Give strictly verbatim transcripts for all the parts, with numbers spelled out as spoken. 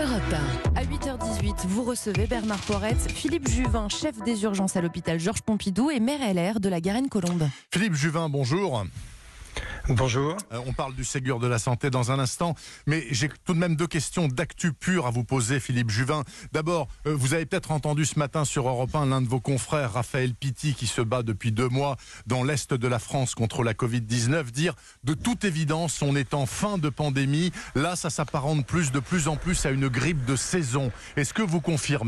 Europe un. À huit heures dix-huit, vous recevez Bernard Poretz, Philippe Juvin, chef des urgences à l'hôpital Georges Pompidou et maire L R de la Garenne-Colombes. Philippe Juvin, bonjour. Bonjour. Euh, on parle du Ségur de la santé dans un instant, mais j'ai tout de même deux questions d'actu pure à vous poser, Philippe Juvin. D'abord, euh, vous avez peut-être entendu ce matin sur Europe un l'un de vos confrères, Raphaël Pitti, qui se bat depuis deux mois dans l'Est de la France contre la covid dix-neuf, dire de toute évidence, on est en fin de pandémie. Là, ça s'apparente plus de plus en plus à une grippe de saison. Est-ce que vous confirmez ?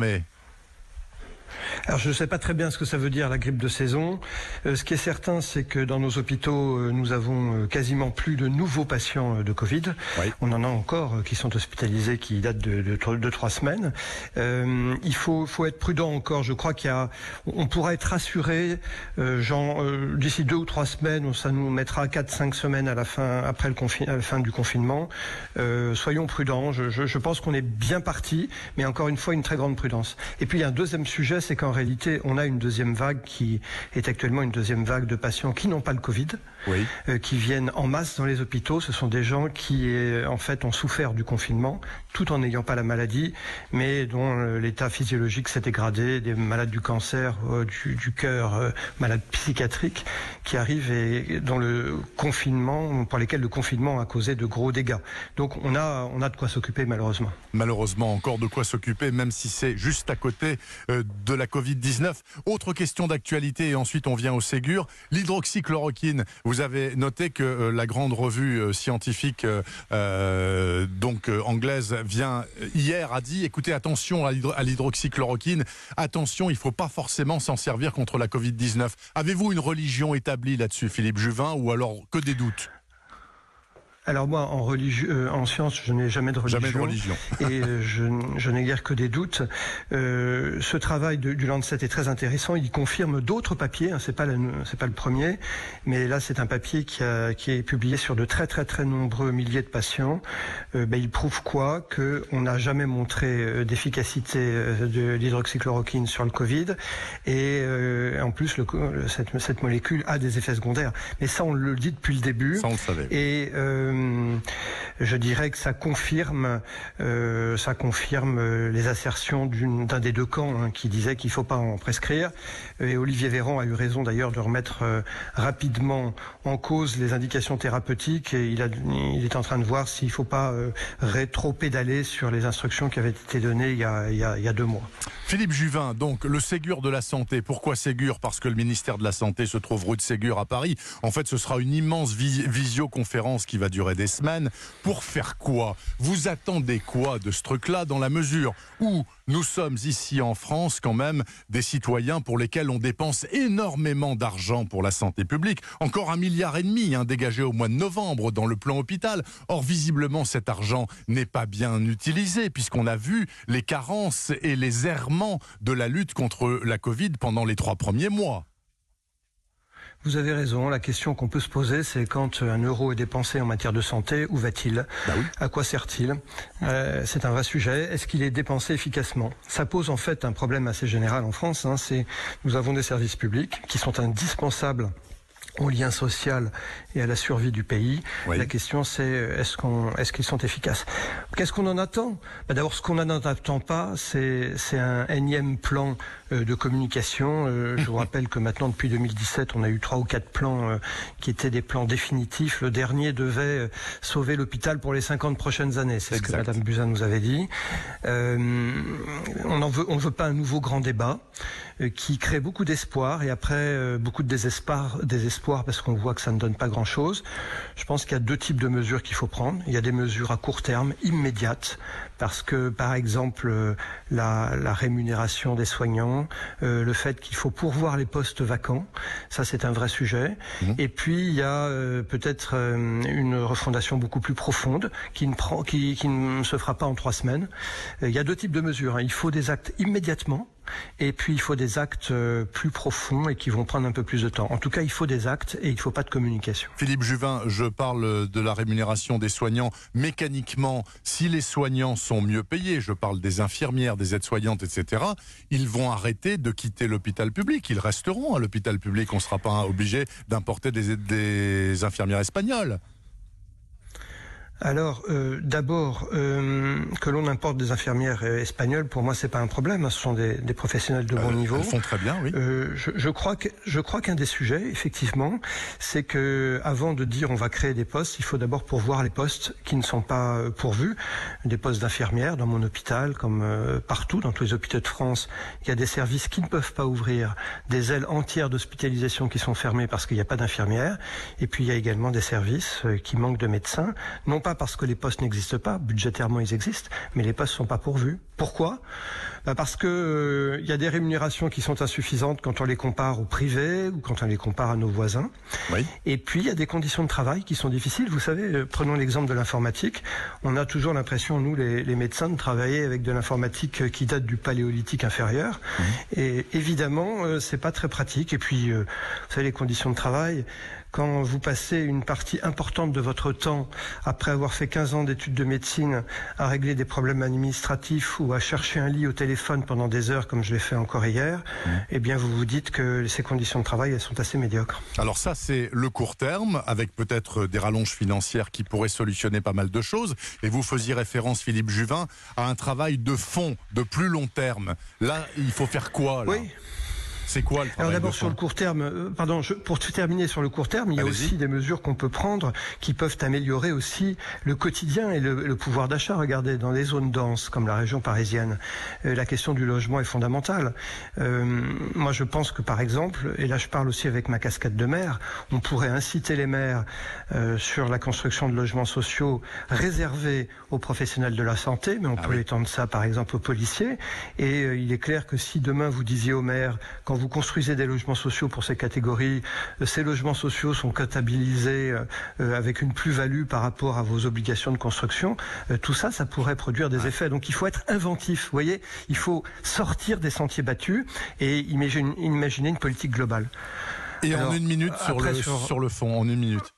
Alors je ne sais pas très bien ce que ça veut dire la grippe de saison. Euh, ce qui est certain, c'est que dans nos hôpitaux, euh, nous avons euh, quasiment plus de nouveaux patients euh, de Covid. Oui. On en a encore euh, qui sont hospitalisés, qui datent de, de, de, de trois semaines. Euh, il faut, faut être prudent encore. Je crois qu'il y a, on pourra être rassuré. Euh, genre euh, d'ici deux ou trois semaines, ça nous mettra quatre, cinq semaines à la fin, après le confi- à la fin du confinement. Euh, soyons prudents. Je, je, je pense qu'on est bien parti, mais encore une fois, une très grande prudence. Et puis il y a un deuxième sujet, c'est qu'en réalité, on a une deuxième vague qui est actuellement une deuxième vague de patients qui n'ont pas le Covid, oui. euh, qui viennent en masse dans les hôpitaux. Ce sont des gens qui, euh, en fait, ont souffert du confinement, tout en n'ayant pas la maladie, mais dont euh, l'état physiologique s'est dégradé, des malades du cancer, euh, du, du cœur, euh, malades psychiatriques, qui arrivent et dont le confinement, pour lesquels le confinement a causé de gros dégâts. Donc, on a, on a de quoi s'occuper, malheureusement. Malheureusement, encore de quoi s'occuper, même si c'est juste à côté euh, de la covid dix-neuf. Autre question d'actualité et ensuite on vient au Ségur. L'hydroxychloroquine, vous avez noté que euh, la grande revue euh, scientifique euh, euh, donc euh, anglaise vient hier a dit écoutez, attention à, l'hydro- à l'hydroxychloroquine, attention, il ne faut pas forcément s'en servir contre la covid dix-neuf. Avez-vous une religion établie là-dessus, Philippe Juvin, ou alors que des doutes ? Alors moi, en, religi- euh, en sciences, je n'ai jamais de religion. Jamais de religion. et euh, je, je n'ai guère que des doutes. Euh, ce travail de, du Lancet est très intéressant. Il confirme d'autres papiers. Hein, c'est pas le, c'est pas le premier, mais là c'est un papier qui, a, qui est publié sur de très très très nombreux milliers de patients. Euh, ben, il prouve quoi ? Que on n'a jamais montré euh, d'efficacité euh, de l'hydroxychloroquine sur le Covid. Et euh, en plus, le, cette, cette molécule a des effets secondaires. Mais ça, on le dit depuis le début. Ça, on le savait. Et euh, je dirais que ça confirme, euh, ça confirme euh, les assertions d'une, d'un des deux camps hein, qui disait qu'il ne faut pas en prescrire. Et Olivier Véran a eu raison d'ailleurs de remettre euh, rapidement en cause les indications thérapeutiques. Et il, a, il est en train de voir s'il ne faut pas euh, rétro-pédaler sur les instructions qui avaient été données il y a, il y a, il y a deux mois. Philippe Juvin, donc le Ségur de la santé. Pourquoi Ségur ? Parce que le ministère de la Santé se trouve rue de Ségur à Paris. En fait, ce sera une immense vis- visioconférence qui va durer des semaines. Pour faire quoi ? Vous attendez quoi de ce truc-là, dans la mesure où nous sommes ici en France quand même des citoyens pour lesquels on dépense énormément d'argent pour la santé publique. Encore un milliard et demi hein, dégagé au mois de novembre dans le plan hôpital. Or, visiblement, cet argent n'est pas bien utilisé puisqu'on a vu les carences et les errements de la lutte contre la Covid pendant les trois premiers mois. Vous avez raison, la question qu'on peut se poser, c'est quand un euro est dépensé en matière de santé, où va-t-il ? Bah oui. À quoi sert-il ? euh, C'est un vrai sujet. Est-ce qu'il est dépensé efficacement ? Ça pose en fait un problème assez général en France. Hein, c'est, nous avons des services publics qui sont indispensables au lien social et à la survie du pays. Oui. La question c'est est-ce qu'on, est-ce qu'ils sont efficaces ? Qu'est-ce qu'on en attend ? Ben d'abord, ce qu'on n'en attend pas, c'est, c'est un énième plan euh, de communication. Euh, je vous rappelle que maintenant, depuis deux mille dix-sept, on a eu trois ou quatre plans euh, qui étaient des plans définitifs. Le dernier devait euh, sauver l'hôpital pour les cinquante prochaines années. C'est exact. Ce que Madame Buzyn nous avait dit. Euh, on en veut, on veut pas un nouveau grand débat euh, qui crée beaucoup d'espoir et après euh, beaucoup de désespoir, désespoir parce qu'on voit que ça ne donne pas grand-chose. Je pense qu'il y a deux types de mesures qu'il faut prendre. Il y a des mesures à court terme, immédiates, parce que, par exemple, la, la rémunération des soignants, euh, le fait qu'il faut pourvoir les postes vacants, ça c'est un vrai sujet. Mmh. Et puis, il y a euh, peut-être euh, une refondation beaucoup plus profonde qui ne, prend, qui, qui ne se fera pas en trois semaines. Euh, il y a deux types de mesures. Hein. Il faut des actes immédiatement. Et puis il faut des actes euh, plus profonds et qui vont prendre un peu plus de temps. En tout cas, il faut des actes et il ne faut pas de communication. Philippe Juvin, je parle de la rémunération des soignants. Mécaniquement, si les soignants sont mieux payés, je parle des infirmières, des aides-soignantes, et cetera, ils vont arrêter de quitter l'hôpital public. Ils resteront à l'hôpital public. On ne sera pas obligé d'importer des, des infirmières espagnoles. Alors, euh, d'abord, euh, que l'on importe des infirmières espagnoles, pour moi, c'est pas un problème. Ce sont des, des professionnels de bon euh, niveau. Elles font très bien, oui. Euh, je, je crois que je crois qu'un des sujets, effectivement, c'est que avant de dire on va créer des postes, il faut d'abord pourvoir les postes qui ne sont pas pourvus. Des postes d'infirmières dans mon hôpital, comme euh, partout dans tous les hôpitaux de France, il y a des services qui ne peuvent pas ouvrir, des ailes entières d'hospitalisation qui sont fermées parce qu'il n'y a pas d'infirmières. Et puis il y a également des services euh, qui manquent de médecins, non pas parce que les postes n'existent pas, budgétairement ils existent, mais les postes ne sont pas pourvus. Pourquoi ? Bah parce que euh, il y a des rémunérations qui sont insuffisantes quand on les compare au privé ou quand on les compare à nos voisins. Oui. Et puis il y a des conditions de travail qui sont difficiles. Vous savez, euh, prenons l'exemple de l'informatique. On a toujours l'impression, nous les, les médecins, de travailler avec de l'informatique qui date du paléolithique inférieur. Mmh. Et évidemment, euh, c'est pas très pratique. Et puis, euh, vous savez, les conditions de travail. Quand vous passez une partie importante de votre temps, après avoir fait quinze ans d'études de médecine, à régler des problèmes administratifs ou à chercher un lit au téléphone pendant des heures, comme je l'ai fait encore hier, mmh. eh bien vous vous dites que ces conditions de travail, elles sont assez médiocres. Alors ça, c'est le court terme, avec peut-être des rallonges financières qui pourraient solutionner pas mal de choses. Et vous faisiez référence, Philippe Juvin, à un travail de fond, de plus long terme. Là, il faut faire quoi là ? Oui. C'est quoi le travail? Alors d'abord sur le court terme, euh, pardon, je, pour terminer sur le court terme, il y a Allez-y. aussi des mesures qu'on peut prendre qui peuvent améliorer aussi le quotidien et le, le pouvoir d'achat. Regardez, dans les zones denses comme la région parisienne, euh, la question du logement est fondamentale. Euh, moi je pense que par exemple, et là je parle aussi avec ma casquette de maire, on pourrait inciter les maires euh, sur la construction de logements sociaux réservés aux professionnels de la santé, mais on ah peut oui. étendre ça par exemple aux policiers. Et euh, il est clair que si demain vous disiez aux maires, quand vous construisez des logements sociaux pour ces catégories, ces logements sociaux sont comptabilisés euh, avec une plus-value par rapport à vos obligations de construction, euh, tout ça, ça pourrait produire des effets. Donc il faut être inventif, vous voyez, il faut sortir des sentiers battus et imaginer, imaginer une politique globale. Et Alors, en une minute sur, après, le, sur... sur le fond, en une minute.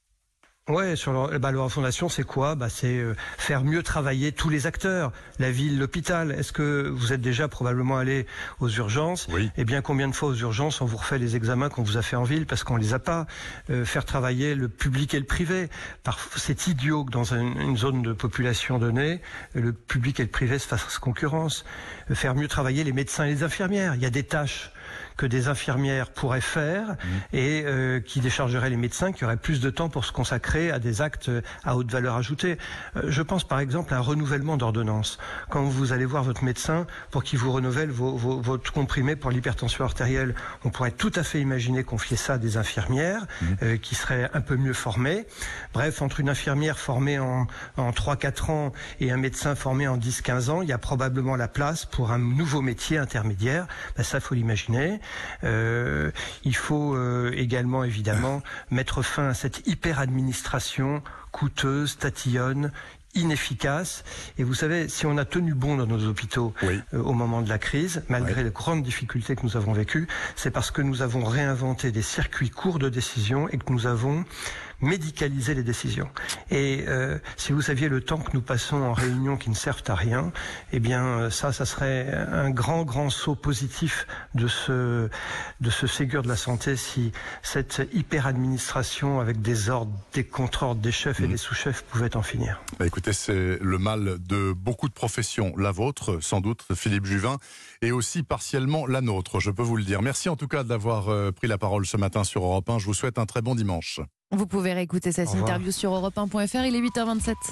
Ouais, sur le, bah, la fondation, c'est quoi? Bah, c'est euh, faire mieux travailler tous les acteurs, la ville, l'hôpital. Est-ce que vous êtes déjà probablement allé aux urgences? Oui. Eh bien, combien de fois aux urgences on vous refait les examens qu'on vous a fait en ville parce qu'on les a pas? euh, Faire travailler le public et le privé. Parfois, c'est idiot que dans une, une zone de population donnée, le public et le privé se fassent concurrence. Euh, faire mieux travailler les médecins et les infirmières. Il y a des tâches que des infirmières pourraient faire mmh. et euh, qui déchargeraient les médecins, qui auraient plus de temps pour se consacrer à des actes à haute valeur ajoutée. Euh, je pense par exemple à un renouvellement d'ordonnance. Quand vous allez voir votre médecin pour qu'il vous renouvelle vos, vos, votre comprimé pour l'hypertension artérielle, on pourrait tout à fait imaginer confier ça à des infirmières mmh. euh, qui seraient un peu mieux formées. Bref, entre une infirmière formée en, en trois quatre ans et un médecin formé en dix quinze ans, il y a probablement la place pour un nouveau métier intermédiaire. Ben, ça, faut l'imaginer. Euh, il faut euh, également évidemment mettre fin à cette hyper-administration coûteuse, tatillonne, inefficace. Et vous savez, si on a tenu bon dans nos hôpitaux oui. euh, au moment de la crise, malgré oui. les grandes difficultés que nous avons vécues, c'est parce que nous avons réinventé des circuits courts de décision et que nous avons médicaliser les décisions. Et euh, si vous saviez le temps que nous passons en réunion qui ne servent à rien, eh bien ça, ça serait un grand, grand saut positif de ce, de ce Ségur de la santé si cette hyper-administration avec des ordres, des contre-ordres, des chefs mmh. et des sous-chefs pouvait en finir. Bah écoutez, c'est le mal de beaucoup de professions, la vôtre sans doute, Philippe Juvin, et aussi partiellement la nôtre, je peux vous le dire. Merci en tout cas d'avoir euh, pris la parole ce matin sur Europe un. Je vous souhaite un très bon dimanche. Vous pouvez réécouter cette interview sur europe un point f r. Il est huit heures vingt-sept.